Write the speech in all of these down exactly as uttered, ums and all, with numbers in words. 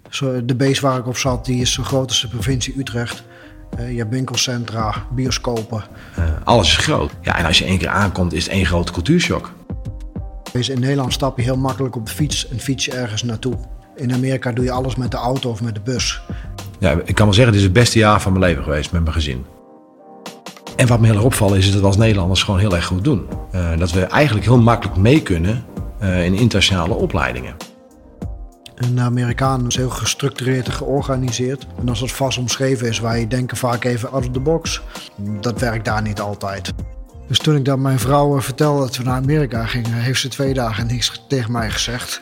Zo, de base waar ik op zat, die is zo groot als de provincie Utrecht. Uh, je hebt winkelcentra, bioscopen. Uh, alles is groot. Ja, en als je één keer aankomt, is het één grote cultuurshock. In Nederland stap je heel makkelijk op de fiets en fiets je ergens naartoe. In Amerika doe je alles met de auto of met de bus. Ja, ik kan wel zeggen, dit is het beste jaar van mijn leven geweest met mijn gezin. En wat me heel erg opvalt is dat we als Nederlanders gewoon heel erg goed doen. Uh, dat we eigenlijk heel makkelijk mee kunnen uh, in internationale opleidingen. En de Amerikanen is heel gestructureerd en georganiseerd. En als dat vast omschreven is, wij denken vaak even out of the box. Dat werkt daar niet altijd. Dus toen ik dan mijn vrouw vertelde dat we naar Amerika gingen, heeft ze twee dagen niks tegen mij gezegd.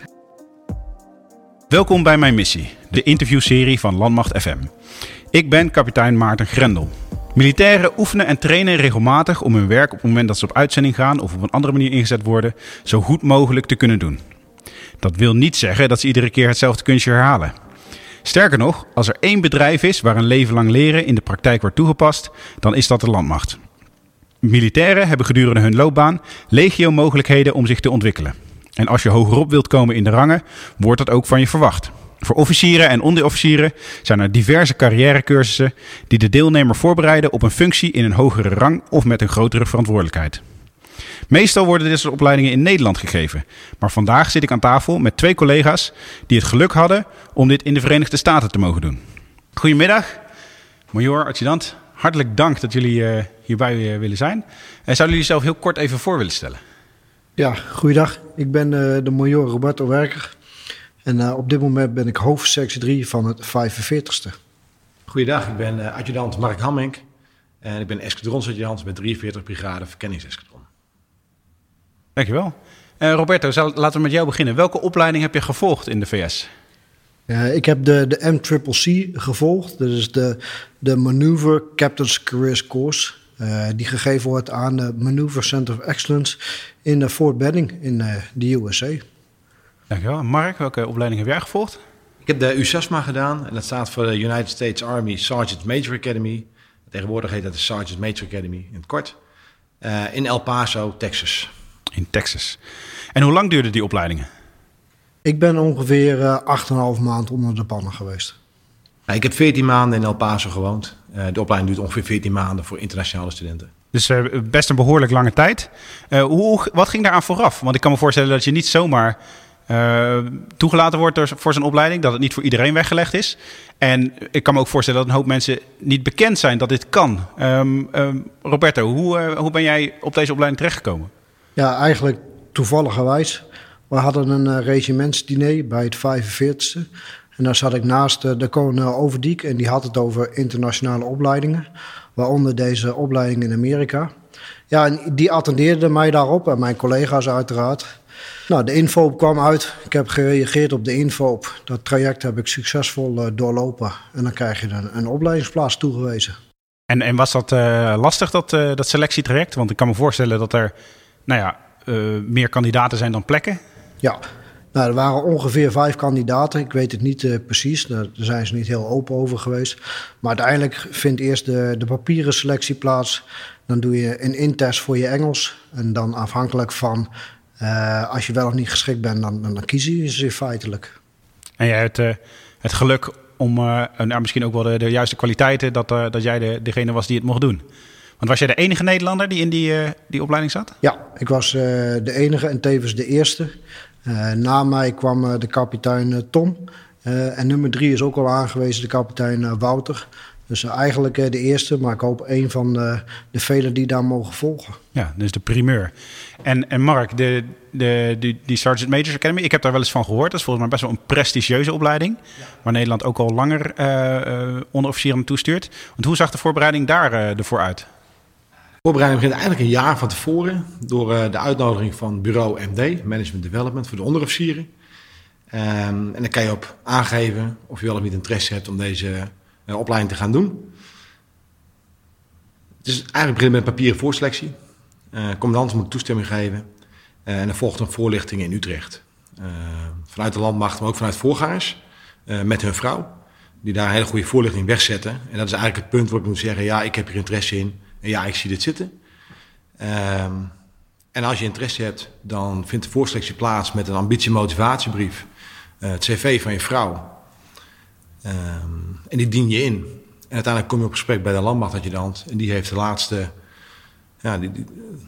Welkom bij Mijn Missie, de interviewserie van Landmacht F M. Ik ben kapitein Maarten Grendel. Militairen oefenen en trainen regelmatig om hun werk op het moment dat ze op uitzending gaan of op een andere manier ingezet worden, zo goed mogelijk te kunnen doen. Dat wil niet zeggen dat ze iedere keer hetzelfde kunstje herhalen. Sterker nog, als er één bedrijf is waar een leven lang leren in de praktijk wordt toegepast, dan is dat de Landmacht. Militairen hebben gedurende hun loopbaan legio mogelijkheden om zich te ontwikkelen. En als je hogerop wilt komen in de rangen, wordt dat ook van je verwacht. Voor officieren en onderofficieren zijn er diverse carrièrecursussen die de deelnemer voorbereiden op een functie in een hogere rang of met een grotere verantwoordelijkheid. Meestal worden dit soort opleidingen in Nederland gegeven. Maar vandaag zit ik aan tafel met twee collega's die het geluk hadden om dit in de Verenigde Staten te mogen doen. Goedemiddag, major, adjudant. Hartelijk dank dat jullie uh, hierbij uh, willen zijn. En zouden jullie jezelf heel kort even voor willen stellen? Ja, goeiedag. Ik ben uh, de major Roberto Werker. En uh, op dit moment ben ik hoofdsectie drie van het vijfenveertigste. Goeiedag, ik ben uh, adjudant Mark Hammink. En ik ben escadronsadjudant met drieënveertig brigade verkenningsescadron. Dankjewel. Uh, Roberto, zal, laten we met jou beginnen. Welke opleiding heb je gevolgd in de V S? Uh, ik heb de, de M C C C gevolgd. Dat is de, de Maneuver Captain's Careers Course. Uh, die gegeven wordt aan de Maneuver Center of Excellence in uh, Fort Benning in uh, de U S A. Dankjewel. Mark, welke opleiding heb jij gevolgd? Ik heb de U S A S M A gedaan. En dat staat voor de United States Army Sergeant Major Academy. Tegenwoordig heet dat de Sergeant Major Academy in het kort. Uh, in El Paso, Texas. In Texas. En hoe lang duurden die opleidingen? Ik ben ongeveer uh, acht en een half maand onder de pannen geweest. Nou, ik heb veertien maanden in El Paso gewoond. Uh, de opleiding duurt ongeveer veertien maanden voor internationale studenten. Dus uh, best een behoorlijk lange tijd. Uh, hoe, wat ging daaraan vooraf? Want ik kan me voorstellen dat je niet zomaar uh, toegelaten wordt voor zo'n opleiding. Dat het niet voor iedereen weggelegd is. En ik kan me ook voorstellen dat een hoop mensen niet bekend zijn dat dit kan. Um, um, Roberto, hoe, uh, hoe ben jij op deze opleiding terechtgekomen? Ja, eigenlijk toevalligerwijs. We hadden een uh, regimentsdiner bij het vijfenveertigste. En daar zat ik naast uh, de kolonel Overdiek. En die had het over internationale opleidingen. Waaronder deze opleiding in Amerika. Ja, en die attendeerde mij daarop. En mijn collega's uiteraard. Nou, de info kwam uit. Ik heb gereageerd op de info. Dat traject heb ik succesvol uh, doorlopen. En dan krijg je een, een opleidingsplaats toegewezen. En, en was dat uh, lastig, dat, uh, dat selectietraject? Want ik kan me voorstellen dat er nou ja, uh, meer kandidaten zijn dan plekken. Ja, nou, er waren ongeveer vijf kandidaten. Ik weet het niet uh, precies. Daar zijn ze niet heel open over geweest. Maar uiteindelijk vindt eerst de, de papieren selectie plaats. Dan doe je een intest voor je Engels. En dan afhankelijk van uh, als je wel of niet geschikt bent, dan, dan kiezen je ze feitelijk. En jij hebt uh, het geluk om, uh, nou, misschien ook wel de, de juiste kwaliteiten, dat, uh, dat jij de, degene was die het mocht doen. Want was jij de enige Nederlander die in die, uh, die opleiding zat? Ja, ik was uh, de enige en tevens de eerste. Uh, na mij kwam uh, de kapitein uh, Tom. Uh, en nummer drie is ook al aangewezen, de kapitein uh, Wouter. Dus uh, eigenlijk uh, de eerste, maar ik hoop een van uh, de velen die daar mogen volgen. Ja, dus de primeur. En, en Mark, de, de, de, die Sergeant Majors Academy, ik heb daar wel eens van gehoord. Dat is volgens mij best wel een prestigieuze opleiding. Ja. Waar Nederland ook al langer uh, uh, onderofficieren naartoe stuurt. Want hoe zag de voorbereiding daar uh, ervoor uit? De voorbereiding begint eigenlijk een jaar van tevoren door uh, de uitnodiging van bureau M D, Management Development, voor de onderofficieren. Um, en dan kan je op aangeven of je wel of niet interesse hebt om deze uh, opleiding te gaan doen. Het is eigenlijk beginnen met een papieren voorselectie. Uh, commandant moet toestemming geven. Uh, en er volgt een voorlichting in Utrecht. Uh, vanuit de landmacht, maar ook vanuit voorgangers. Uh, met hun vrouw. Die daar een hele goede voorlichting wegzetten. En dat is eigenlijk het punt waar ik moet zeggen, ja, ik heb hier interesse in. En ja, ik zie dit zitten. Um, en als je interesse hebt, dan vindt de voorselectie plaats met een ambitie-motivatiebrief. Uh, het cv van je vrouw. Um, en die dien je in. En uiteindelijk kom je op gesprek bij de landmachtadjudant. En die heeft de laatste, ja, die, die,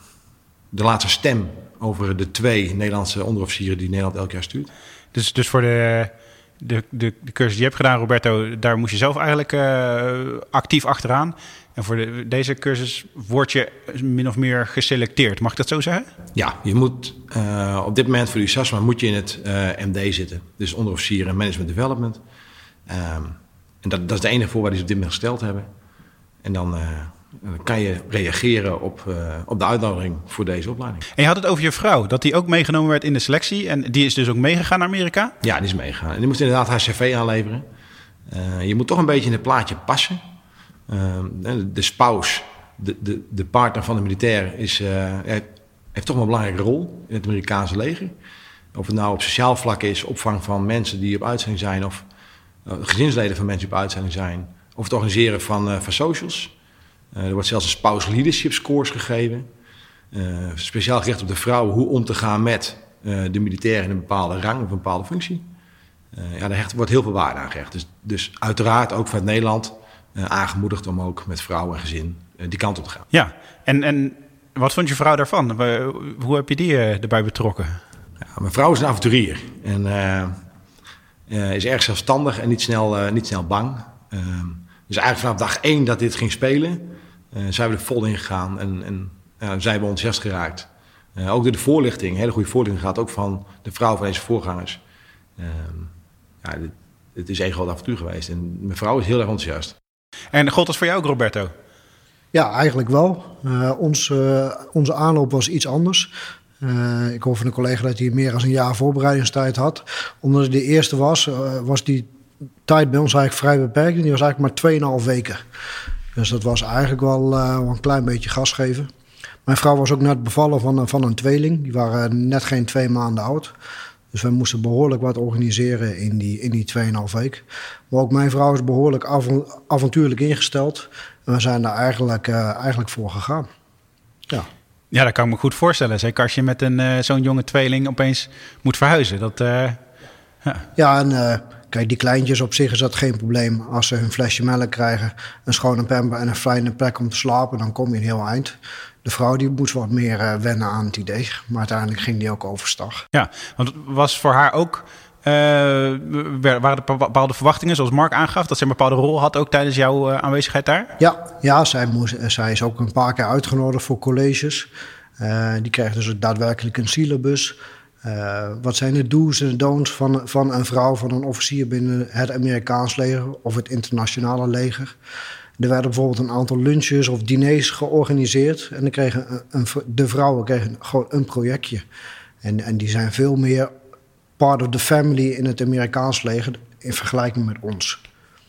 de laatste stem over de twee Nederlandse onderofficieren die Nederland elk jaar stuurt. Dus, dus voor de, de, de, de cursus die je hebt gedaan, Roberto, daar moest je zelf eigenlijk uh, actief achteraan. En voor de, deze cursus word je min of meer geselecteerd. Mag ik dat zo zeggen? Ja, je moet uh, op dit moment voor de U S A S M moet je in het uh, M D zitten. Dus onderofficier en management development. Um, en dat, dat is de enige voorwaarde die ze op dit moment gesteld hebben. En dan, uh, dan kan je reageren op, uh, op de uitnodiging voor deze opleiding. En je had het over je vrouw, dat die ook meegenomen werd in de selectie. En die is dus ook meegegaan naar Amerika? Ja, die is meegegaan. En die moest inderdaad haar cv aanleveren. Uh, je moet toch een beetje in het plaatje passen. Uh, de, de spouse, de, de, de partner van de militair, is, uh, heeft toch wel een belangrijke rol in het Amerikaanse leger. Of het nou op sociaal vlak is, opvang van mensen die op uitzending zijn, of uh, gezinsleden van mensen die op uitzending zijn, of het organiseren van, uh, van socials. Uh, er wordt zelfs een spouse leadership scores gegeven. Uh, speciaal gericht op de vrouwen, hoe om te gaan met uh, de militair in een bepaalde rang of een bepaalde functie. Uh, ja, daar hecht, wordt heel veel waarde aan gehecht. Dus, dus uiteraard ook vanuit Nederland uh, aangemoedigd om ook met vrouw en gezin uh, die kant op te gaan. Ja, en, en wat vond je vrouw daarvan? Hoe heb je die uh, erbij betrokken? Ja, mijn vrouw is een avonturier en uh, uh, is erg zelfstandig en niet snel, uh, niet snel bang. Uh, dus eigenlijk vanaf dag één dat dit ging spelen, uh, zijn we er vol in gegaan en, en uh, zijn we enthousiast geraakt. Uh, ook door de voorlichting, hele goede voorlichting gaat ook van de vrouw van deze voorgangers. Uh, ja, dit, het is één groot avontuur geweest en mijn vrouw is heel erg enthousiast. En gold dat voor jou ook, Roberto? Ja, eigenlijk wel. Uh, ons, uh, onze aanloop was iets anders. Uh, ik hoor van een collega dat hij meer dan een jaar voorbereidingstijd had. Omdat het de eerste was, uh, was die tijd bij ons eigenlijk vrij beperkt. Die was eigenlijk maar tweeënhalf weken. Dus dat was eigenlijk wel, uh, wel een klein beetje gas geven. Mijn vrouw was ook net bevallen van, van een tweeling. Die waren net geen twee maanden oud. Dus we moesten behoorlijk wat organiseren in die, in die tweeënhalf week. Maar ook mijn vrouw is behoorlijk av- avontuurlijk ingesteld. En we zijn daar eigenlijk, uh, eigenlijk voor gegaan. Ja. Ja, dat kan ik me goed voorstellen. Zeker als je met een, uh, zo'n jonge tweeling opeens moet verhuizen. Dat, uh, ja. ja, en uh, kijk, die kleintjes op zich is dat geen probleem. Als ze hun flesje melk krijgen, een schone pamper en een fijne plek om te slapen, dan kom je een heel eind. De vrouw die moest wat meer uh, wennen aan het idee. Maar uiteindelijk ging die ook overstag. Ja, want was voor haar ook... Uh, waren er bepaalde verwachtingen, zoals Mark aangaf, dat ze een bepaalde rol had ook tijdens jouw uh, aanwezigheid daar? Ja, ja zij, moest, zij is ook een paar keer uitgenodigd voor colleges. Uh, die krijgt dus daadwerkelijk een syllabus. Uh, wat zijn de do's en de don'ts van, van een vrouw, van een officier binnen het Amerikaans leger of het internationale leger? Er werden bijvoorbeeld een aantal lunches of diners georganiseerd. En dan kregen een, een, de vrouwen kregen gewoon een projectje. En, en die zijn veel meer part of the family in het Amerikaans leger in vergelijking met ons.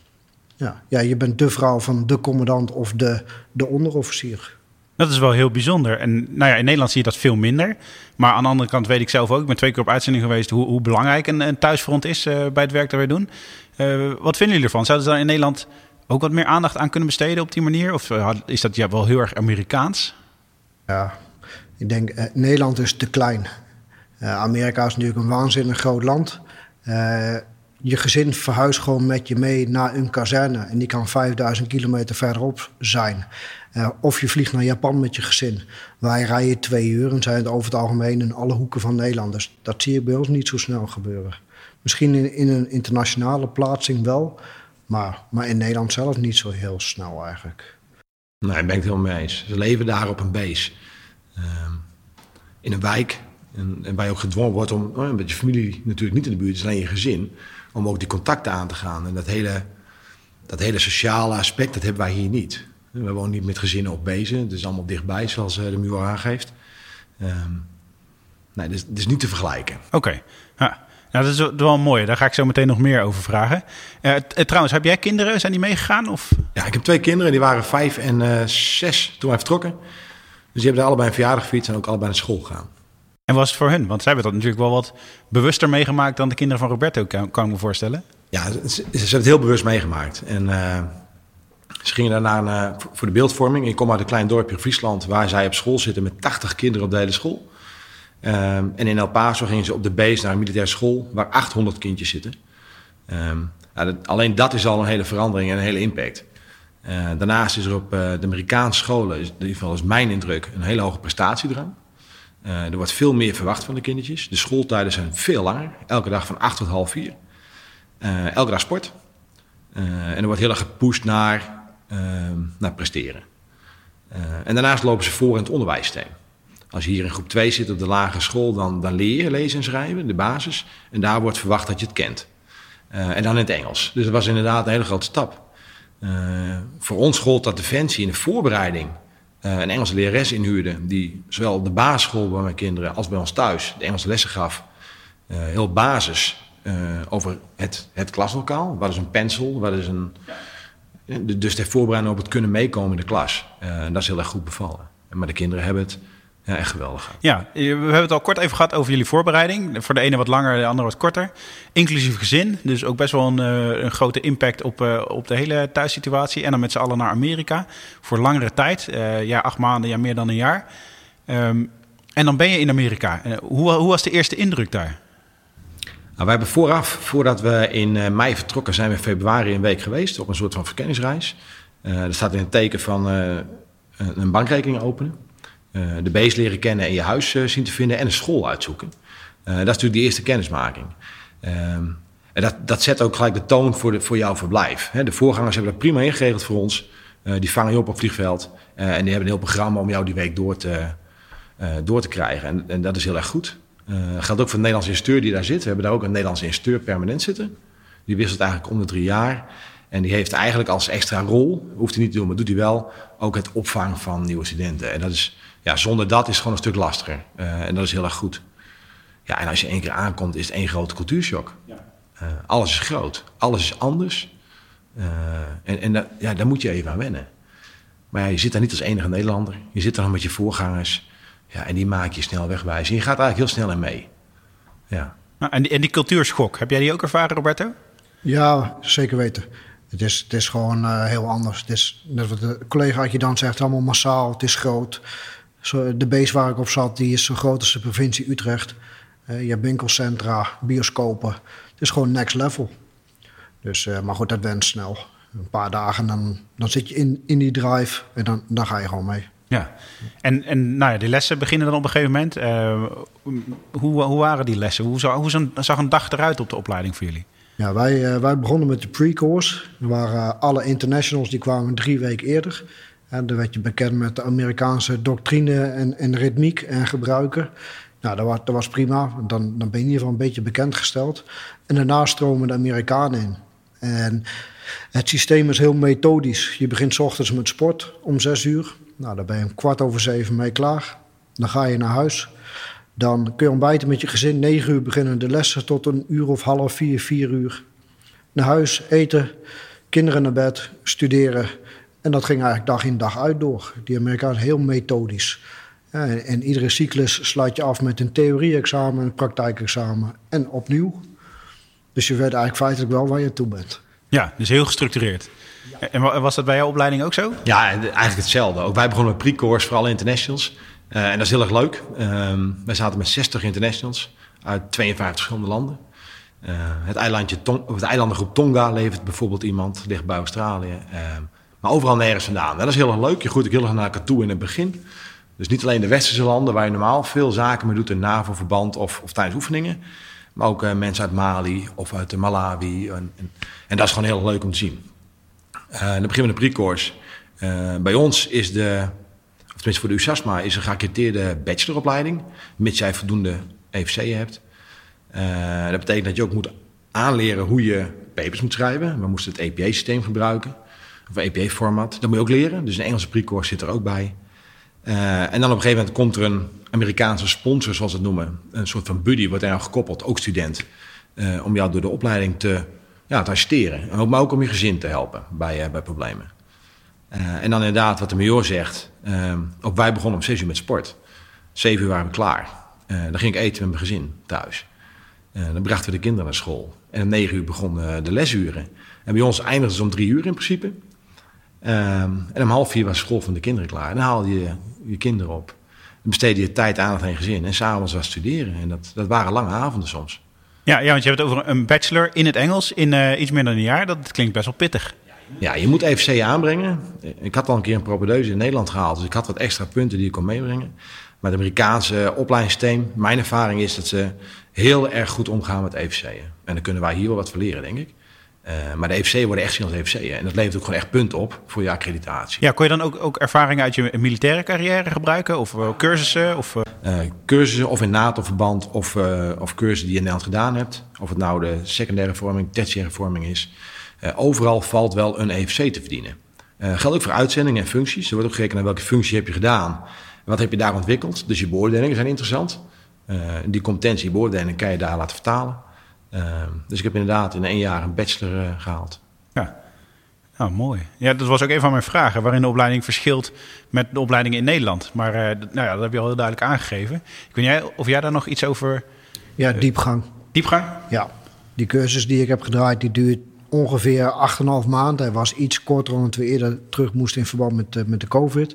Ja, ja, je bent de vrouw van de commandant of de, de onderofficier. Dat is wel heel bijzonder. En nou ja, in Nederland zie je dat veel minder. Maar aan de andere kant weet ik zelf ook, ik ben twee keer op uitzending geweest, hoe, hoe belangrijk een, een thuisfront is uh, bij het werk dat wij doen. Uh, wat vinden jullie ervan? Zouden ze daar in Nederland ook wat meer aandacht aan kunnen besteden op die manier? Of uh, is dat ja, wel heel erg Amerikaans? Ja, ik denk, uh, Nederland is te klein. Uh, Amerika is natuurlijk een waanzinnig groot land. Uh, je gezin verhuist gewoon met je mee naar een kazerne. En die kan vijfduizend kilometer verderop zijn. Uh, of je vliegt naar Japan met je gezin. Wij rijden twee uur en zijn het over het algemeen in alle hoeken van Nederland. Dus dat zie je bij ons niet zo snel gebeuren. Misschien in, in een internationale plaatsing wel. Maar, maar in Nederland zelf niet zo heel snel eigenlijk. Nee, daar ben ik het helemaal mee eens. Ze leven daar op een base. Uh, in een wijk. En, en waar je ook gedwongen wordt om, oh, met je familie natuurlijk niet in de buurt, is alleen je gezin, om ook die contacten aan te gaan. En dat hele, dat hele sociale aspect, dat hebben wij hier niet. We wonen niet met gezinnen op bezen, het is allemaal dichtbij, zoals de M U O aangeeft. Um, nee, dat is, dat is niet te vergelijken. Oké, okay. Ja. Nou, dat is wel mooi. Daar ga ik zo meteen nog meer over vragen. Uh, t- trouwens, heb jij kinderen? Zijn die meegegaan? Of? Ja, ik heb twee kinderen, die waren vijf en uh, zes toen wij vertrokken. Dus die hebben daar allebei een verjaardag gevierd en ook allebei naar school gegaan. En was het voor hun? Want zij hebben dat natuurlijk wel wat bewuster meegemaakt dan de kinderen van Roberto, kan, kan ik me voorstellen. Ja, ze, ze hebben het heel bewust meegemaakt. En uh, ze gingen daarna uh, voor de beeldvorming. Ik kom uit een klein dorpje in Friesland waar zij op school zitten met tachtig kinderen op de hele school. Um, en in El Paso gingen ze op de base naar een militaire school waar achthonderd kindjes zitten. Um, Nou, dat, alleen dat is al een hele verandering en een hele impact. Uh, daarnaast is er op uh, de Amerikaanse scholen, is, in ieder geval is mijn indruk, een hele hoge prestatiedrang. Uh, er wordt veel meer verwacht van de kindertjes. De schooltijden zijn veel langer. Elke dag van acht tot half vier. Uh, elke dag sport. Uh, en er wordt heel erg gepusht naar, uh, naar presteren. Uh, en daarnaast lopen ze voor in het onderwijssysteem. Als je hier in groep twee zit op de lagere school, dan, dan leer je lezen en schrijven, de basis. En daar wordt verwacht dat je het kent. Uh, en dan in het Engels. Dus dat was inderdaad een hele grote stap. Uh, voor ons gold dat Defensie in de voorbereiding uh, een Engelse lerares inhuurde, die zowel op de basisschool bij mijn kinderen als bij ons thuis de Engelse lessen gaf. Uh, heel basis uh, over het, het klaslokaal. Wat is een pencil? Wat is een... Dus de voorbereiding op het kunnen meekomen in de klas. Uh, dat is heel erg goed bevallen. Maar de kinderen hebben het ja, echt geweldig gehad. Ja, we hebben het al kort even gehad over jullie voorbereiding. Voor de ene wat langer, de andere wat korter. Inclusief gezin, dus ook best wel een, een grote impact op, uh, op de hele thuissituatie. En dan met z'n allen naar Amerika voor langere tijd. Uh, ja, acht maanden, ja, meer dan een jaar. Um, en dan ben je in Amerika. Uh, hoe, hoe was de eerste indruk daar? Nou, wij hebben vooraf, voordat we in uh, mei vertrokken, zijn we in februari een week geweest op een soort van verkenningsreis. Uh, er staat in het teken van uh, een bankrekening openen. Uh, de beest leren kennen en je huis uh, zien te vinden en een school uitzoeken. Uh, dat is natuurlijk de eerste kennismaking. Uh, en dat, dat zet ook gelijk de toon voor, de, voor jouw verblijf. He, de voorgangers hebben dat prima ingeregeld voor ons. Uh, die vangen je op op het vliegveld. Uh, en die hebben een heel programma om jou die week door te, uh, door te krijgen. En, en dat is heel erg goed. Dat uh, geldt ook voor de Nederlandse instructeur die daar zit. We hebben daar ook een Nederlandse instructeur permanent zitten. Die wisselt eigenlijk om de drie jaar. En die heeft eigenlijk als extra rol, hoeft hij niet te doen, maar doet hij wel, ook het opvangen van nieuwe studenten. En dat is, ja, zonder dat is het gewoon een stuk lastiger. Uh, en dat is heel erg goed. Ja, en als je één keer aankomt, is het één grote cultuurshock. Ja. Uh, alles is groot, alles is anders. Uh, en en dat, ja, daar moet je even aan wennen. Maar ja, je zit daar niet als enige Nederlander. Je zit daar nog met je voorgangers. Ja, en die maak je snel wegwijs. En je gaat eigenlijk heel snel in mee. Ja. Nou, en, die, en die cultuurschok, heb jij die ook ervaren, Roberto? Ja, zeker weten. Het is, het is gewoon uh, heel anders. Het is, net wat de collega-adjudant zegt, allemaal massaal. Het is groot. Zo, de base waar ik op zat, die is zo groot als de provincie Utrecht. Uh, je hebt winkelcentra, bioscopen. Het is gewoon next level. Dus, uh, maar goed, dat went snel. Een paar dagen, dan, dan zit je in, in die drive en dan, dan ga je gewoon mee. Ja, en, en nou ja, die lessen beginnen dan op een gegeven moment. Uh, hoe, hoe waren die lessen? Hoe zag, hoe zag een dag eruit op de opleiding voor jullie? Ja, wij, uh, wij begonnen met de pre-course. Er waren uh, alle internationals die kwamen drie weken eerder. En dan werd je bekend met de Amerikaanse doctrine en, en ritmiek en gebruiken. Nou, dat was, dat was prima. Dan, dan ben je in ieder geval een beetje bekendgesteld. En daarna stromen de Amerikanen in. En het systeem is heel methodisch. Je begint 's ochtends met sport om zes uur. Nou, daar ben je om kwart over zeven mee klaar. Dan ga je naar huis. Dan kun je ontbijten met je gezin. negen uur beginnen de lessen tot een uur of half vier, vier uur. Naar huis, eten, kinderen naar bed, studeren. En dat ging eigenlijk dag in dag uit door. Die Amerikanen heel methodisch. Ja, en, en iedere cyclus sluit je af met een theorie-examen, een praktijkexamen en opnieuw. Dus je weet eigenlijk feitelijk wel waar je toe bent. Ja, dus heel gestructureerd. Ja. En was dat bij jouw opleiding ook zo? Ja, eigenlijk hetzelfde. Ook wij begonnen met pre-course voor alle internationals. Uh, en dat is heel erg leuk. Um, wij zaten met zestig internationals uit tweeënvijftig verschillende landen. Uh, het, eilandje Tong- of het eilandengroep Tonga levert bijvoorbeeld iemand, ligt bij Australië. Uh, maar overal nergens vandaan. Dat is heel erg leuk. Je groeit ook heel erg naar elkaar toe in het begin. Dus niet alleen de westerse landen waar je normaal veel zaken mee doet in NAVO-verband of, of tijdens oefeningen. Maar ook uh, mensen uit Mali of uit Malawi. En, en, en dat is gewoon heel leuk om te zien. Uh, dan beginnen we de pre-course. Uh, bij ons is de, of tenminste voor de U S A S M A, is een geaccrediteerde bacheloropleiding. Mits jij voldoende E V C hebt. Uh, dat betekent dat je ook moet aanleren hoe je papers moet schrijven. We moesten het E P A-systeem gebruiken. Of E P A-format. Dat moet je ook leren. Dus een Engelse pre-course zit er ook bij. Uh, en dan op een gegeven moment komt er een Amerikaanse sponsor, zoals we het noemen. Een soort van buddy wordt er aan gekoppeld, ook student. Uh, om jou door de opleiding te, ja, te assisteren. Maar ook om je gezin te helpen bij, uh, bij problemen. Uh, en dan inderdaad wat de major zegt. Uh, ook wij begonnen om zes uur met sport. Zeven uur waren we klaar. Uh, dan ging ik eten met mijn gezin thuis. Uh, dan brachten we de kinderen naar school. En om negen uur begonnen de lesuren. En bij ons eindigde ze om drie uur in principe. Um, en om half vier was school van de kinderen klaar. En dan haalde je je kinderen op. Dan besteedde je tijd aan het heen gezin. En s'avonds was studeren. En dat, dat waren lange avonden soms. Ja, ja, want je hebt het over een bachelor in het Engels in uh, iets meer dan een jaar. Dat klinkt best wel pittig. Ja, je moet E V C aanbrengen. Ik had al een keer een propedeuse in Nederland gehaald, dus ik had wat extra punten die ik kon meebrengen. Maar het Amerikaanse opleidingssysteem, mijn ervaring is dat ze heel erg goed omgaan met E V C'en. En dan kunnen wij hier wel wat van leren, denk ik. Uh, maar de E V C worden echt gezien als E V C'en. En dat levert ook gewoon echt punten op voor je accreditatie. Ja, kon je dan ook, ook ervaringen uit je militaire carrière gebruiken? Of uh, cursussen? Of, uh... Uh, cursussen of in NATO-verband of, uh, of cursussen die je in Nederland gedaan hebt. Of het nou de secundaire vorming, tertiaire vorming is. Uh, overal valt wel een E V C te verdienen. Uh, geldt ook voor uitzendingen en functies. Er wordt ook gekeken naar welke functie heb je gedaan. En wat heb je daar ontwikkeld. Dus je beoordelingen zijn interessant. Uh, die competentie, beoordeling kan je daar laten vertalen. Uh, dus ik heb inderdaad in één jaar een bachelor uh, gehaald. Ja, nou, mooi. Ja, dat was ook een van mijn vragen. Waarin de opleiding verschilt met de opleidingen in Nederland. Maar uh, nou ja, dat heb je al heel duidelijk aangegeven. Ik weet niet of jij daar nog iets over... Ja, diepgang. Diepgang? Ja, die cursus die ik heb gedraaid, die duurt ongeveer acht komma vijf maanden. Hij was iets korter omdat we eerder terug moesten in verband met, uh, met de COVID.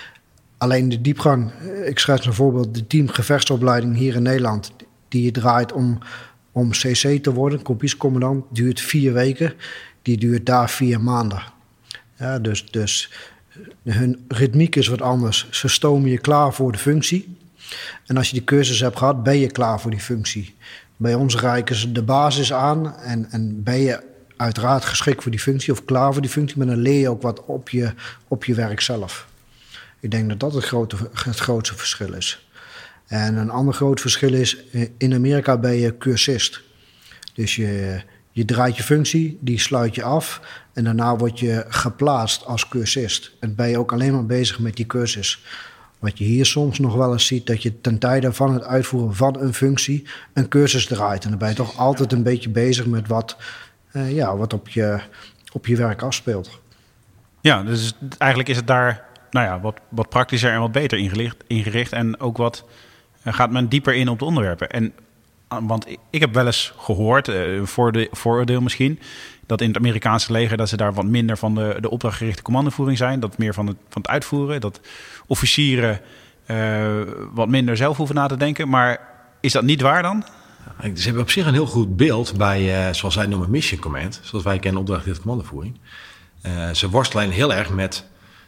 Alleen de diepgang, ik schrijf een voorbeeld, de teamgevechtsopleiding hier in Nederland, die je draait om, om C C te worden, kompiescommandant, duurt vier weken. Die duurt daar vier maanden. Ja, dus, dus hun ritmiek is wat anders. Ze stomen je klaar voor de functie. En als je die cursus hebt gehad, ben je klaar voor die functie. Bij ons reiken ze de basis aan en, en ben je uiteraard geschikt voor die functie of klaar voor die functie, maar dan leer je ook wat op je, op je werk zelf. Ik denk dat dat het, grote, het grootste verschil is. En een ander groot verschil is, in Amerika ben je cursist. Dus je, je draait je functie, die sluit je af en daarna word je geplaatst als cursist. En ben je ook alleen maar bezig met die cursus. Wat je hier soms nog wel eens ziet, dat je ten tijde van het uitvoeren van een functie een cursus draait. En dan ben je toch altijd een beetje bezig met wat, uh, ja, wat op, je, op je werk afspeelt. Ja, dus eigenlijk is het daar nou ja, wat, wat praktischer en wat beter ingericht. ingericht en ook wat uh, gaat men dieper in op de onderwerpen. En, want ik, ik heb wel eens gehoord, uh, voor de vooroordeel misschien, dat in het Amerikaanse leger dat ze daar wat minder van de, de opdrachtgerichte commandovoering zijn. Dat meer van het, van het uitvoeren. Dat officieren uh, wat minder zelf hoeven na te denken. Maar is dat niet waar dan? Ze hebben op zich een heel goed beeld bij, uh, zoals zij noemen, mission command. Zoals wij kennen, opdrachtgerichte commandovoering. Uh, ze worstelen heel erg met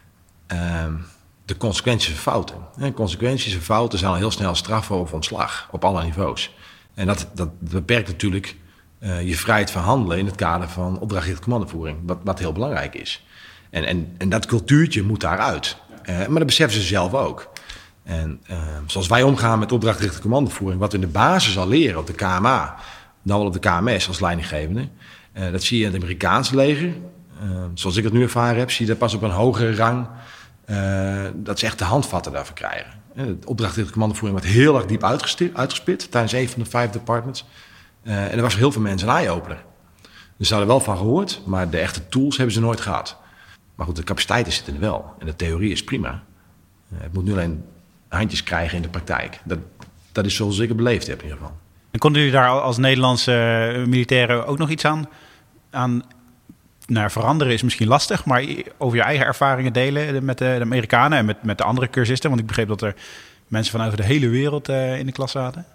uh, de consequenties van fouten. En consequenties van fouten zijn al heel snel straffen of ontslag op alle niveaus. En dat, dat beperkt natuurlijk uh, je vrijheid van handelen in het kader van opdrachtgerichte commandovoering. Wat, wat heel belangrijk is. En, en, en dat cultuurtje moet daaruit. Uh, maar dat beseffen ze zelf ook. En uh, zoals wij omgaan met opdrachtgerichte commandovoering, wat we in de basis al leren op de K M A, dan wel op de K M S als leidinggevende, uh, dat zie je in het Amerikaanse leger. Uh, zoals ik het nu ervaren heb, zie je dat pas op een hogere rang, uh, dat ze echt de handvatten daarvoor krijgen. Uh, de opdrachtgerichte commandovoering wordt heel erg diep uitgespit tijdens een van de vijf departments. Uh, en er was voor heel veel mensen een eye-opener. Dus ze hadden er wel van gehoord, maar de echte tools hebben ze nooit gehad. Maar goed, de capaciteiten zitten er wel. En de theorie is prima. Uh, het moet nu alleen handjes krijgen in de praktijk. Dat, dat is zoals ik het beleefd heb in ieder geval. En konden jullie daar als Nederlandse uh, militairen ook nog iets aan, aan nou, veranderen is misschien lastig, maar over je eigen ervaringen delen met de, de Amerikanen en met, met de andere cursisten? Want ik begreep dat er mensen van over de hele wereld uh, in de klas zaten.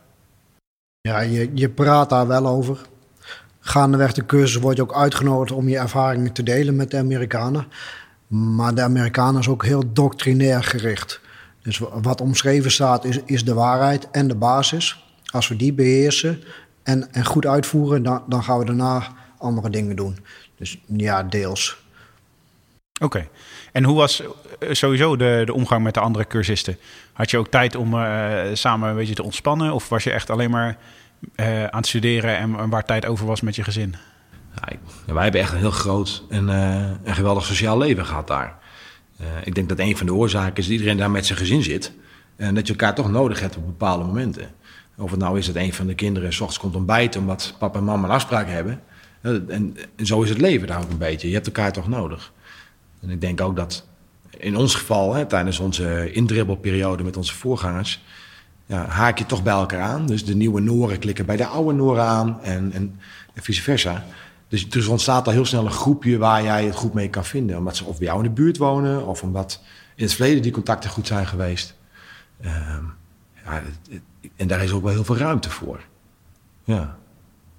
Ja, je, je praat daar wel over. Gaandeweg de cursus word je ook uitgenodigd om je ervaringen te delen met de Amerikanen. Maar de Amerikanen is ook heel doctrinair gericht. Dus wat omschreven staat is, is de waarheid en de basis. Als we die beheersen en, en goed uitvoeren, dan, dan gaan we daarna andere dingen doen. Dus ja, deels. Oké. Okay. En hoe was sowieso de, de omgang met de andere cursisten? Had je ook tijd om uh, samen een beetje te ontspannen? Of was je echt alleen maar uh, aan het studeren en, en waar tijd over was met je gezin? Ja, wij hebben echt een heel groot en uh, een geweldig sociaal leven gehad daar. Uh, ik denk dat een van de oorzaken is dat iedereen daar met zijn gezin zit. En dat je elkaar toch nodig hebt op bepaalde momenten. Of het nou is dat een van de kinderen 's ochtends komt ontbijten omdat papa en mama een afspraak hebben. En, en zo is het leven daar ook een beetje. Je hebt elkaar toch nodig. En ik denk ook dat in ons geval, hè, tijdens onze indribbelperiode met onze voorgangers, ja, haak je toch bij elkaar aan. Dus de nieuwe Noren klikken bij de oude Noren aan en, en, en vice versa. Dus er ontstaat al heel snel een groepje waar jij het goed mee kan vinden. Omdat ze of bij jou in de buurt wonen of omdat in het verleden die contacten goed zijn geweest. Uh, ja, en daar is ook wel heel veel ruimte voor. Ja.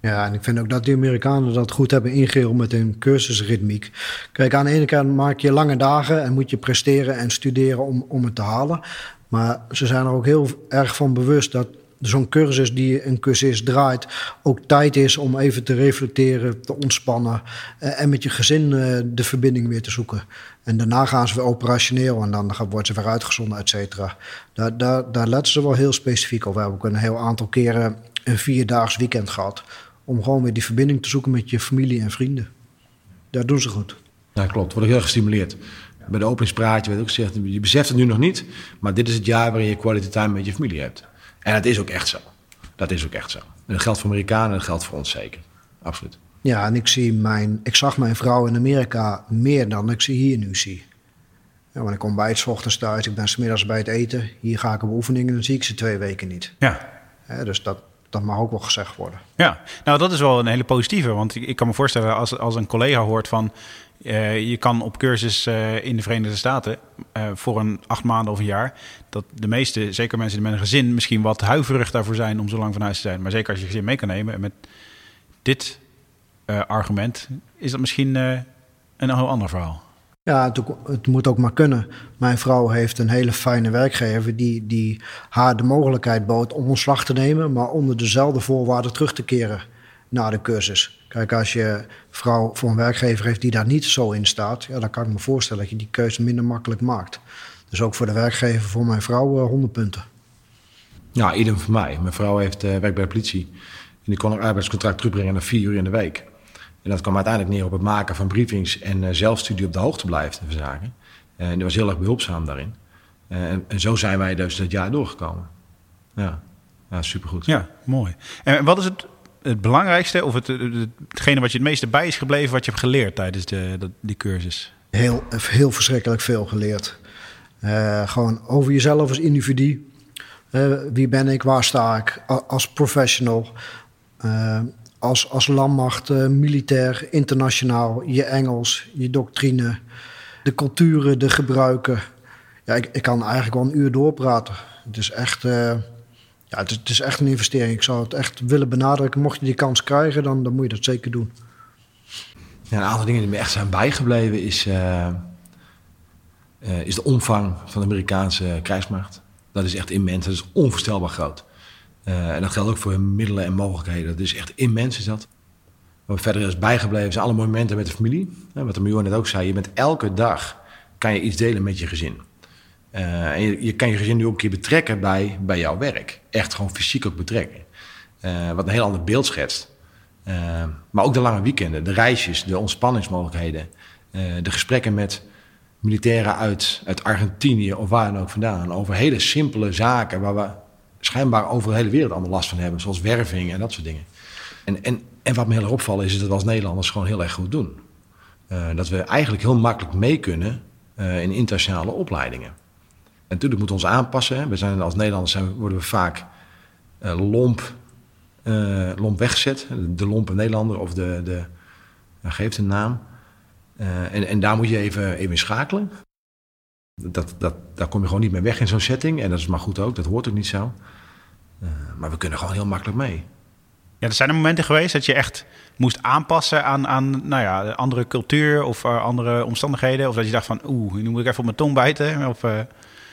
Ja, en ik vind ook dat die Amerikanen dat goed hebben ingedeeld met hun cursusritmiek. Kijk, aan de ene kant maak je lange dagen en moet je presteren en studeren om, om het te halen. Maar ze zijn er ook heel erg van bewust dat zo'n cursus die een cursus draait ook tijd is om even te reflecteren, te ontspannen en met je gezin de verbinding weer te zoeken. En daarna gaan ze weer operationeel en dan wordt ze weer uitgezonden, et cetera. Daar, daar, daar letten ze wel heel specifiek op. We hebben ook een heel aantal keren een vierdaags weekend gehad om gewoon weer die verbinding te zoeken met je familie en vrienden. Dat doen ze goed. Ja, klopt. Wordt ook heel gestimuleerd. Bij de openingspraatje werd ook gezegd, je beseft het nu nog niet, maar dit is het jaar waarin je quality time met je familie hebt. En dat is ook echt zo. Dat is ook echt zo. En dat geldt voor Amerikanen en dat geldt voor ons zeker. Absoluut. Ja, en ik, zie mijn, ik zag mijn vrouw in Amerika meer dan ik ze hier nu zie. Ja, want ik kom bij het 's ochtends thuis, ik ben 's middags bij het eten. Hier ga ik op oefeningen en dan zie ik ze twee weken niet. Ja. Ja, dus dat, dat mag ook wel gezegd worden. Ja, nou dat is wel een hele positieve. Want ik, ik kan me voorstellen als, als een collega hoort van Uh, je kan op cursus uh, in de Verenigde Staten uh, voor een acht maanden of een jaar, dat de meeste, zeker mensen met een gezin, misschien wat huiverig daarvoor zijn om zo lang van huis te zijn. Maar zeker als je gezin mee kan nemen met dit uh, argument, is dat misschien uh, een heel ander verhaal. Ja, het, het moet ook maar kunnen. Mijn vrouw heeft een hele fijne werkgever die, die haar de mogelijkheid bood om ontslag te nemen, maar onder dezelfde voorwaarden terug te keren na de cursus. Kijk, als je vrouw voor een werkgever heeft die daar niet zo in staat, ja, dan kan ik me voorstellen dat je die keuze minder makkelijk maakt. Dus ook voor de werkgever, voor mijn vrouw, uh, honderd punten. Ja, idem voor mij. Mijn vrouw heeft uh, werkt bij de politie. En die kon haar arbeidscontract terugbrengen naar vier uur in de week. En dat kwam uiteindelijk neer op het maken van briefings en uh, zelfstudie op de hoogte blijven van zaken. Uh, en die was heel erg behulpzaam daarin. Uh, en, en zo zijn wij dus dat jaar doorgekomen. Ja, ja supergoed. Ja, mooi. En wat is het... Het belangrijkste, of het, hetgene wat je het meeste bij is gebleven, wat je hebt geleerd tijdens de, de, die cursus? Heel, heel verschrikkelijk veel geleerd. Uh, gewoon over jezelf als individu. Uh, wie ben ik, waar sta ik als professional, uh, als, als landmacht, uh, militair, internationaal, je Engels, je doctrine, de culturen, de gebruiken. Ja, ik, ik kan eigenlijk wel een uur doorpraten. Het is echt... Uh, Ja, het is, het is echt een investering. Ik zou het echt willen benadrukken. Mocht je die kans krijgen, dan, dan moet je dat zeker doen. Ja, een aantal dingen die me echt zijn bijgebleven is, uh, uh, is de omvang van de Amerikaanse krijgsmacht. Dat is echt immens. Dat is onvoorstelbaar groot. Uh, en dat geldt ook voor hun middelen en mogelijkheden. Dat is echt immens is dat. Wat verder is bijgebleven zijn alle momenten met de familie. Uh, wat de Major net ook zei. Je bent elke dag kan je iets delen met je gezin. Uh, en je, je kan je gezin nu ook een keer betrekken bij, bij jouw werk. Echt gewoon fysiek ook betrekken. Uh, wat een heel ander beeld schetst. Uh, maar ook de lange weekenden, de reisjes, de ontspanningsmogelijkheden. Uh, de gesprekken met militairen uit, uit Argentinië of waar dan ook vandaan. Over hele simpele zaken waar we schijnbaar over de hele wereld allemaal last van hebben. Zoals werving en dat soort dingen. En, en, en wat me heel erg opvalt is dat we als Nederlanders gewoon heel erg goed doen. Uh, dat we eigenlijk heel makkelijk mee kunnen uh, in internationale opleidingen. En natuurlijk moeten we ons aanpassen. Hè. We zijn als Nederlanders zijn, worden we vaak uh, lomp, uh, lomp weggezet. De lompe Nederlander of de, de uh, geeft een naam. Uh, en, en daar moet je even, even in schakelen. Dat, dat, daar kom je gewoon niet mee weg in zo'n setting. En dat is maar goed ook, dat hoort ook niet zo. Uh, maar we kunnen gewoon heel makkelijk mee. Ja, er zijn er momenten geweest dat je echt moest aanpassen aan, aan nou ja, andere cultuur of uh, andere omstandigheden. Of dat je dacht van, oeh, nu moet ik even op mijn tong bijten. Of... Uh...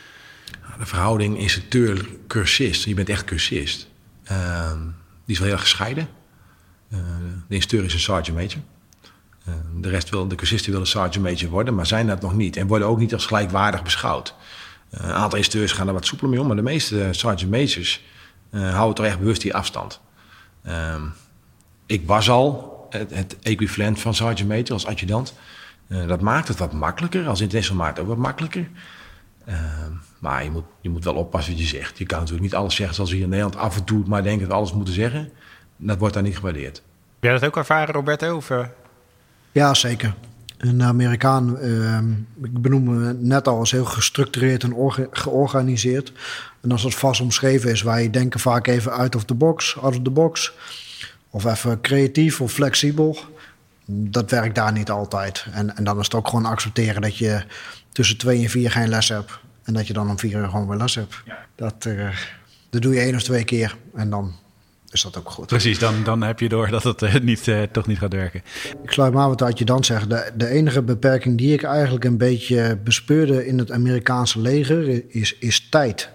De verhouding instructeur-cursist, je bent echt cursist, uh, die is wel heel erg gescheiden. Uh, de instructeur is een sergeant-major. Uh, de rest wil, de cursisten willen sergeant-major worden, maar zijn dat nog niet. En worden ook niet als gelijkwaardig beschouwd. Uh, een aantal instructeurs gaan er wat soepeler mee om, maar de meeste sergeant-majors uh, houden toch echt bewust die afstand. Uh, ik was al het, het equivalent van sergeant-major als adjudant. Uh, dat maakt het wat makkelijker, als international maakt het ook wat makkelijker. Uh, maar je moet, je moet wel oppassen wat je zegt. Je kan natuurlijk niet alles zeggen zoals we hier in Nederland af en toe maar denken dat alles moeten zeggen. Dat wordt daar niet gewaardeerd. Heb jij dat ook ervaren, Roberto? Of, uh... Ja, zeker. Een Amerikaan, uh, ik benoem me net al als heel gestructureerd en orga- georganiseerd. En als dat vast omschreven is, wij denken vaak even out of the box, out of the box. Of even creatief of flexibel. Dat werkt daar niet altijd. En, en dan is het ook gewoon accepteren dat je tussen twee en vier geen les hebt. En dat je dan om vier uur gewoon weer les hebt. Ja. Dat, uh, dat doe je één of twee keer en dan is dat ook goed. Precies, dan, dan heb je door dat het uh, niet, uh, toch niet gaat werken. Ik sluit maar wat uit je dan zegt. De, de enige beperking die ik eigenlijk een beetje bespeurde in het Amerikaanse leger is, is tijd.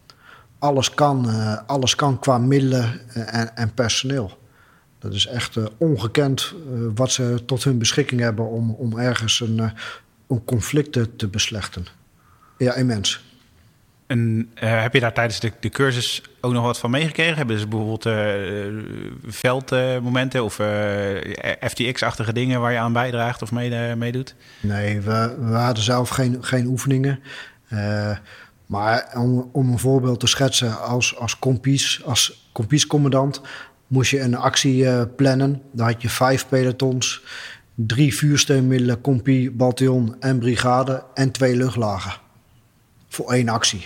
Alles kan, uh, alles kan qua middelen en, en personeel. Dat is echt uh, ongekend uh, wat ze tot hun beschikking hebben om, om ergens een, uh, een conflict te, te beslechten. Ja, immens. En uh, heb je daar tijdens de, de cursus ook nog wat van meegekregen? Hebben ze bijvoorbeeld uh, veldmomenten uh, of uh, F T X-achtige dingen waar je aan bijdraagt of mee, uh, meedoet? Nee, we, we hadden zelf geen, geen oefeningen. Uh, maar om, om een voorbeeld te schetsen, als, als kompies, als kompiescommandant moest je een actie uh, plannen. Dan had je vijf pelotons, drie vuursteunmiddelen, compie, bataljon en brigade en twee luchtlagen. Voor één actie.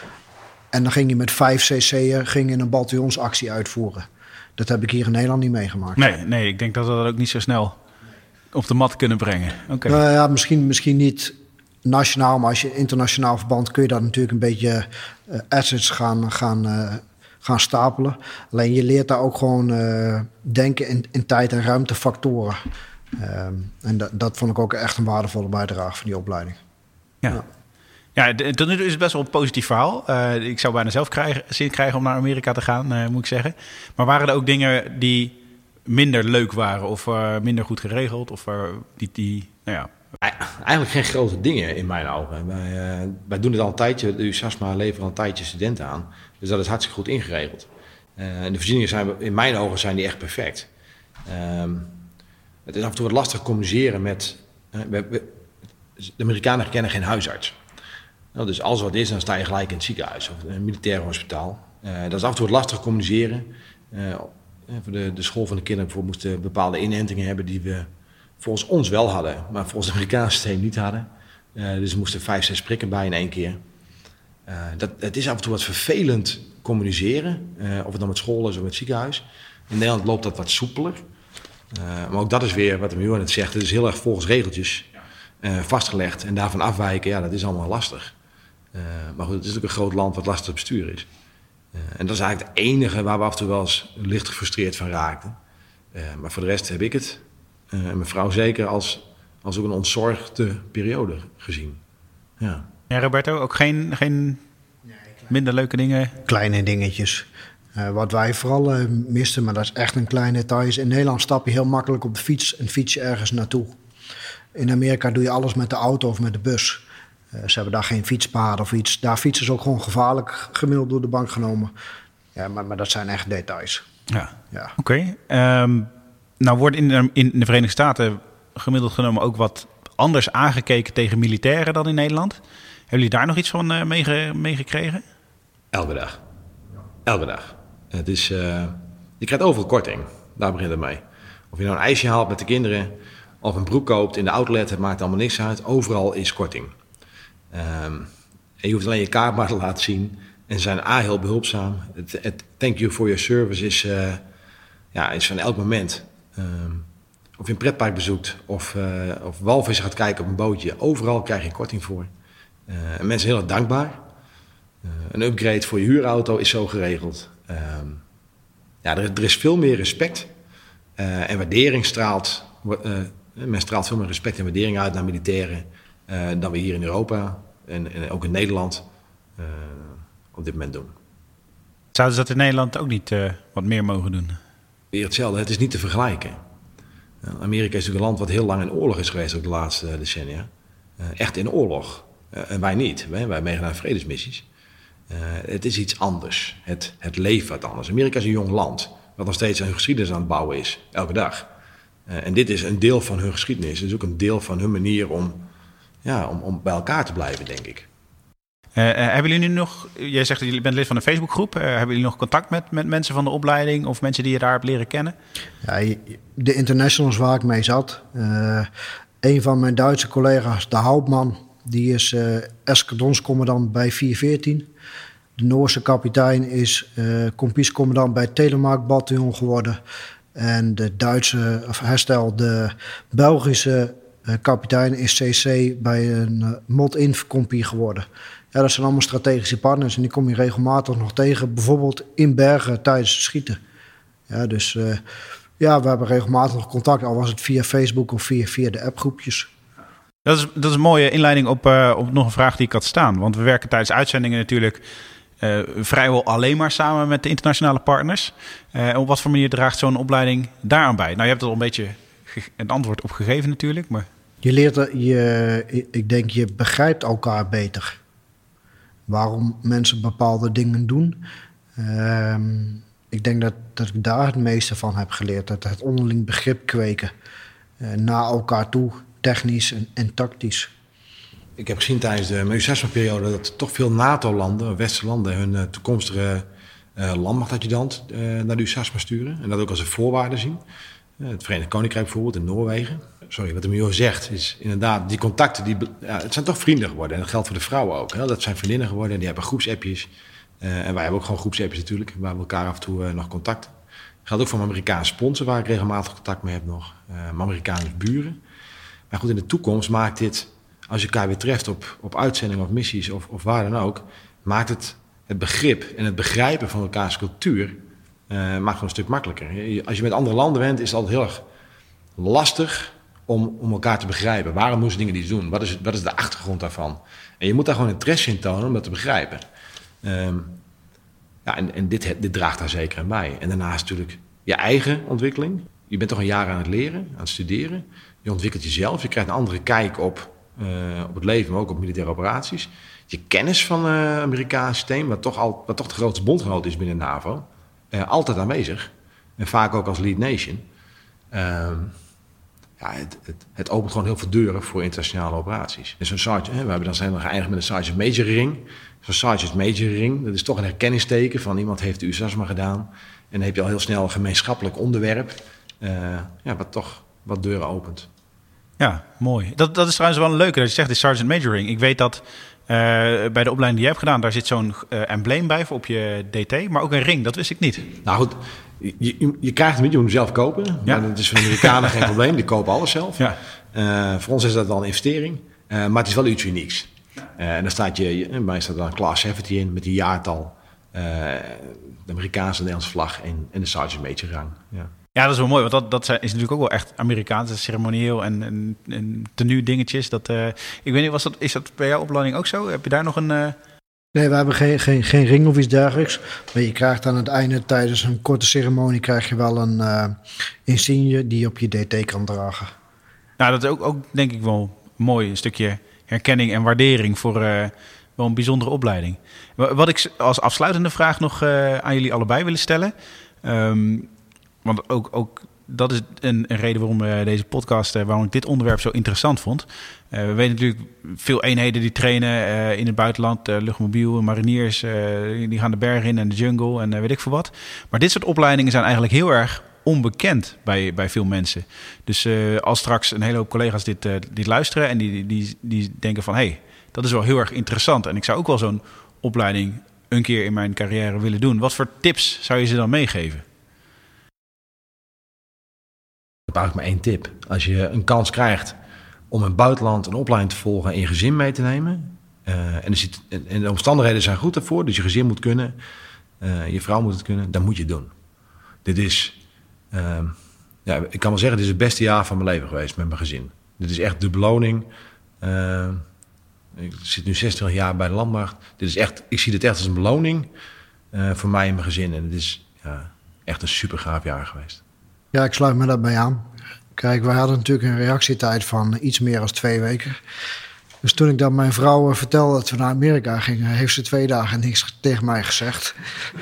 En dan ging je met vijf cc'en ging je een bataljonsactie uitvoeren. Dat heb ik hier in Nederland niet meegemaakt. Nee, nee, ik denk dat we dat ook niet zo snel op de mat kunnen brengen. Okay. Uh, ja, misschien, misschien niet nationaal, maar als je internationaal verband kun je daar natuurlijk een beetje uh, assets gaan, gaan, uh, gaan stapelen. Alleen je leert daar ook gewoon uh, denken in, in tijd- en ruimtefactoren. Uh, en dat, dat vond ik ook echt een waardevolle bijdrage van die opleiding. Ja. ja. Ja, tot nu toe is het best wel een positief verhaal. Uh, ik zou bijna zelf krijgen, zin krijgen om naar Amerika te gaan, uh, moet ik zeggen. Maar waren er ook dingen die minder leuk waren of uh, minder goed geregeld? Of uh, die, die, nou ja... Eigenlijk geen grote dingen in mijn ogen. Wij, uh, wij doen het al een tijdje, de U S A S M A leveren al een tijdje studenten aan. Dus dat is hartstikke goed ingeregeld. Uh, en de voorzieningen zijn, in mijn ogen zijn die echt perfect. Um, het is af en toe wat lastig communiceren met... Uh, we, we, de Amerikanen kennen geen huisarts. Nou, dus als wat is, dan sta je gelijk in het ziekenhuis of een militair hospitaal. Uh, dat is af en toe wat lastig communiceren. Uh, voor de, de school van de kinderen bijvoorbeeld moesten bepaalde inentingen hebben die we volgens ons wel hadden, maar volgens het Amerikaanse systeem niet hadden. Uh, dus we moesten vijf, zes prikken bij in één keer. Uh, dat, het is af en toe wat vervelend communiceren, uh, of het dan met school is of met het ziekenhuis. In Nederland loopt dat wat soepeler. Uh, maar ook dat is weer wat de Muur net zegt. Het is heel erg volgens regeltjes uh, vastgelegd en daarvan afwijken, ja, dat is allemaal lastig. Uh, maar goed, het is natuurlijk een groot land wat lastig te besturen is. Uh, en dat is eigenlijk het enige waar we af en toe wel eens licht gefrustreerd van raakten. Uh, maar voor de rest heb ik het, uh, en mijn vrouw zeker, als, als ook een ontzorgde periode gezien. Ja, ja Roberto, ook geen, geen minder leuke dingen? Kleine dingetjes. Uh, wat wij vooral uh, misten, maar dat is echt een klein detail, is in Nederland stap je heel makkelijk op de fiets en fiets je ergens naartoe. In Amerika doe je alles met de auto of met de bus. Uh, ze hebben daar geen fietspaden of iets. Daar fietsen ze ook gewoon gevaarlijk gemiddeld door de bank genomen. Ja, maar, maar dat zijn echt details. Ja, ja. Oké. Okay. Um, nou wordt in de, in de Verenigde Staten gemiddeld genomen ook wat anders aangekeken tegen militairen dan in Nederland. Hebben jullie daar nog iets van uh, meegekregen? Mee Elke dag. Elke dag. Het is, uh, je krijgt overal korting. Daar begint het mee. Of je nou een ijsje haalt met de kinderen of een broek koopt in de outlet, het maakt allemaal niks uit. Overal is korting. Um, en je hoeft alleen je kaart maar te laten zien. En ze zijn A, heel behulpzaam. Het, het thank you for your service is, uh, ja, is van elk moment. Um, of je een pretpark bezoekt of, uh, of walvissen gaat kijken op een bootje. Overal krijg je korting voor. Uh, en mensen zijn heel erg dankbaar. Uh, een upgrade voor je huurauto is zo geregeld. Um, ja, er, er is veel meer respect. Uh, en waardering straalt. Uh, men straalt veel meer respect en waardering uit naar militairen uh, dan we hier in Europa en, en ook in Nederland uh, op dit moment doen. Zouden ze dat in Nederland ook niet uh, wat meer mogen doen? Weer hetzelfde, het is niet te vergelijken. Uh, Amerika is natuurlijk een land wat heel lang in oorlog is geweest, ook de laatste decennia. Uh, echt in oorlog. Uh, en wij niet. Wij, wij meegaan aan vredesmissies. Uh, het is iets anders. Het, het leeft wat anders. Amerika is een jong land, wat nog steeds een geschiedenis aan het bouwen is, elke dag. Uh, en dit is een deel van hun geschiedenis. Het is ook een deel van hun manier om, ja, om, om bij elkaar te blijven, denk ik. Uh, uh, hebben jullie nu nog, jij zegt dat jullie bent lid van een Facebookgroep. Uh, hebben jullie nog contact met, met mensen van de opleiding of mensen die je daar hebt leren kennen? Ja, de internationals waar ik mee zat. Uh, een van mijn Duitse collega's, de Hauptman, die is uh, eskadronscommandant bij vier veertien. De Noorse kapitein is uh, kompiescommandant bij het Telemark bataljon geworden. En de Duitse, of herstel, de Belgische uh, kapitein is C C bij een uh, Mod-Inf-compie geworden. Ja, dat zijn allemaal strategische partners en die kom je regelmatig nog tegen. Bijvoorbeeld in bergen tijdens het schieten. Ja, dus uh, ja, we hebben regelmatig nog contact. Al was het via Facebook of via, via de appgroepjes. Dat is, dat is een mooie inleiding op, uh, op nog een vraag die ik had staan. Want we werken tijdens uitzendingen natuurlijk uh, vrijwel alleen maar samen met de internationale partners. Uh, op wat voor manier draagt zo'n opleiding daaraan bij? Nou, je hebt er al een beetje ge- een antwoord op gegeven natuurlijk. Maar... Je leert, er, je, ik denk, je begrijpt elkaar beter. Waarom mensen bepaalde dingen doen. Uh, ik denk dat, dat ik daar het meeste van heb geleerd. Dat het onderling begrip kweken uh, naar elkaar toe. Technisch en, en tactisch. Ik heb gezien tijdens de MEUSASMA-periode dat toch veel NATO-landen, westerse landen, hun uh, toekomstige uh, landmachtadjudant uh, naar de U S A S M A sturen. En dat ook als een voorwaarde zien. Uh, het Verenigd Koninkrijk bijvoorbeeld, in Noorwegen. Sorry, wat de major zegt is inderdaad, die contacten, die, ja, het zijn toch vrienden geworden. En dat geldt voor de vrouwen ook. Hè? Dat zijn vriendinnen geworden en die hebben groepsappjes. Uh, en wij hebben ook gewoon groepsappjes natuurlijk, waar we elkaar af en toe uh, nog contacten. Dat geldt ook voor mijn Amerikaanse sponsor, waar ik regelmatig contact mee heb nog. Uh, mijn Amerikaanse buren. Maar goed, in de toekomst maakt dit, als je elkaar weer treft op, op uitzendingen of missies of, of waar dan ook, maakt het het begrip en het begrijpen van elkaars cultuur uh, maakt gewoon een stuk makkelijker. Als je met andere landen bent, is het altijd heel erg lastig om, om elkaar te begrijpen. Waarom moeten ze dingen die doen? Wat is, wat is de achtergrond daarvan? En je moet daar gewoon interesse in tonen om dat te begrijpen. Um, ja, en en dit, dit draagt daar zeker aan bij. En daarnaast natuurlijk je eigen ontwikkeling. Je bent toch een jaar aan het leren, aan het studeren. Je ontwikkelt jezelf, je krijgt een andere kijk op, uh, op het leven, maar ook op militaire operaties. Je kennis van het uh, Amerikaanse systeem, wat toch, al, wat toch de grootste bondgenoot is binnen NAVO, uh, altijd aanwezig. En vaak ook als lead nation. Uh, ja, het, het, het opent gewoon heel veel deuren voor internationale operaties. En zo'n sergeant, hè, we hebben dan zijn we geëindigd met een sergeant major ring. Zo'n sergeant major ring, dat is toch een herkenningsteken van iemand heeft de U S A S M A gedaan. En dan heb je al heel snel een gemeenschappelijk onderwerp, uh, ja, wat toch wat deuren opent. Ja, mooi. Dat, dat is trouwens wel een leuke dat je zegt, de Sergeant Major Ring. Ik weet dat uh, bij de opleiding die je hebt gedaan, daar zit zo'n uh, embleem bij voor op je D T, maar ook een ring, dat wist ik niet. Nou goed, je, je, je krijgt hem niet, je moet hem zelf kopen. Ja. Maar dat is voor de Amerikanen geen probleem, die kopen alles zelf. Ja. Uh, voor ons is dat wel een investering, uh, maar het is wel iets unieks. Uh, en dan staat je, bij mij staat dan Class zeventig in met die jaartal, uh, de Amerikaanse en Nederlandse vlag en, en de Sergeant Major rang. Ja. Ja, dat is wel mooi, want dat, dat is natuurlijk ook wel echt Amerikaans, ceremonieel en, en, en tenue dingetjes. Dat, uh, ik weet niet, was dat, is dat bij jouw opleiding ook zo? Heb je daar nog een... Uh... Nee, we hebben geen, geen, geen ring of iets dergelijks. Maar je krijgt aan het einde, tijdens een korte ceremonie, krijg je wel een uh, insigne die je op je D T kan dragen. Nou, dat is ook, ook denk ik wel mooi, een stukje herkenning en waardering voor uh, wel een bijzondere opleiding. Wat ik als afsluitende vraag nog uh, aan jullie allebei willen stellen... Um, Want ook, ook dat is een, een reden waarom uh, deze podcast, uh, waarom ik dit onderwerp zo interessant vond. Uh, we weten natuurlijk veel eenheden die trainen uh, in het buitenland, uh, luchtmobiel, mariniers, uh, die gaan de bergen in en de jungle en uh, weet ik veel wat. Maar dit soort opleidingen zijn eigenlijk heel erg onbekend bij, bij veel mensen. Dus uh, als straks een hele hoop collega's dit, uh, dit luisteren en die, die, die denken van, hé, hey, dat is wel heel erg interessant. En ik zou ook wel zo'n opleiding een keer in mijn carrière willen doen. Wat voor tips zou je ze dan meegeven? Ik heb eigenlijk maar één tip. Als je een kans krijgt om in het buitenland een opleiding te volgen en je gezin mee te nemen. Uh, en, de, en de omstandigheden zijn goed daarvoor, dus je gezin moet kunnen, uh, je vrouw moet het kunnen, dan moet je het doen. Dit is, uh, ja, ik kan wel zeggen, dit is het beste jaar van mijn leven geweest met mijn gezin. Dit is echt de beloning. Uh, ik zit nu zesentwintig jaar bij de landmacht. Dit is echt, ik zie dit echt als een beloning uh, voor mij en mijn gezin. En het is ja, echt een super gaaf jaar geweest. Ja, ik sluit me daarbij aan. Kijk, wij hadden natuurlijk een reactietijd van iets meer dan twee weken. Dus toen ik dan mijn vrouw vertelde dat we naar Amerika gingen, heeft ze twee dagen niks tegen mij gezegd.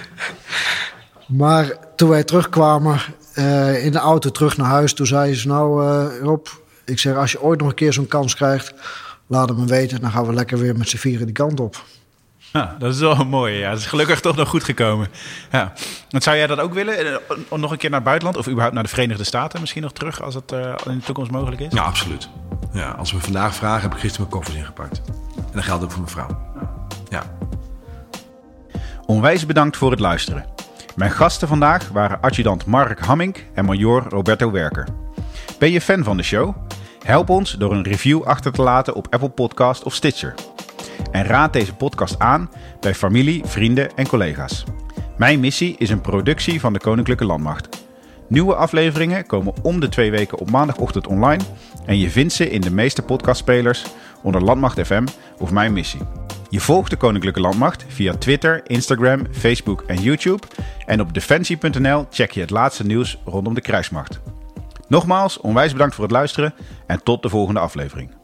Maar toen wij terugkwamen uh, in de auto terug naar huis, toen zei ze, nou uh, Rob, ik zeg, als je ooit nog een keer zo'n kans krijgt, laat het me weten. Dan gaan we lekker weer met z'n vieren die kant op. Ja, dat is wel mooi. Ja. Dat is gelukkig toch nog goed gekomen. Ja. Want zou jij dat ook willen? Om nog een keer naar het buitenland of überhaupt naar de Verenigde Staten misschien nog terug als het uh, in de toekomst mogelijk is? Ja, absoluut. Ja, als ze me vandaag vragen, heb ik gisteren mijn koffers ingepakt. En dat geldt ook voor mijn vrouw. Ja. Onwijs bedankt voor het luisteren. Mijn gasten vandaag waren adjudant Mark Hammink en major Roberto Werker. Ben je fan van de show? Help ons door een review achter te laten op Apple Podcast of Stitcher. En raad deze podcast aan bij familie, vrienden en collega's. Mijn Missie is een productie van de Koninklijke Landmacht. Nieuwe afleveringen komen om de twee weken op maandagochtend online en je vindt ze in de meeste podcastspelers onder Landmacht F M of Mijn Missie. Je volgt de Koninklijke Landmacht via Twitter, Instagram, Facebook en YouTube en op defensie punt n l check je het laatste nieuws rondom de krijgsmacht. Nogmaals, onwijs bedankt voor het luisteren en tot de volgende aflevering.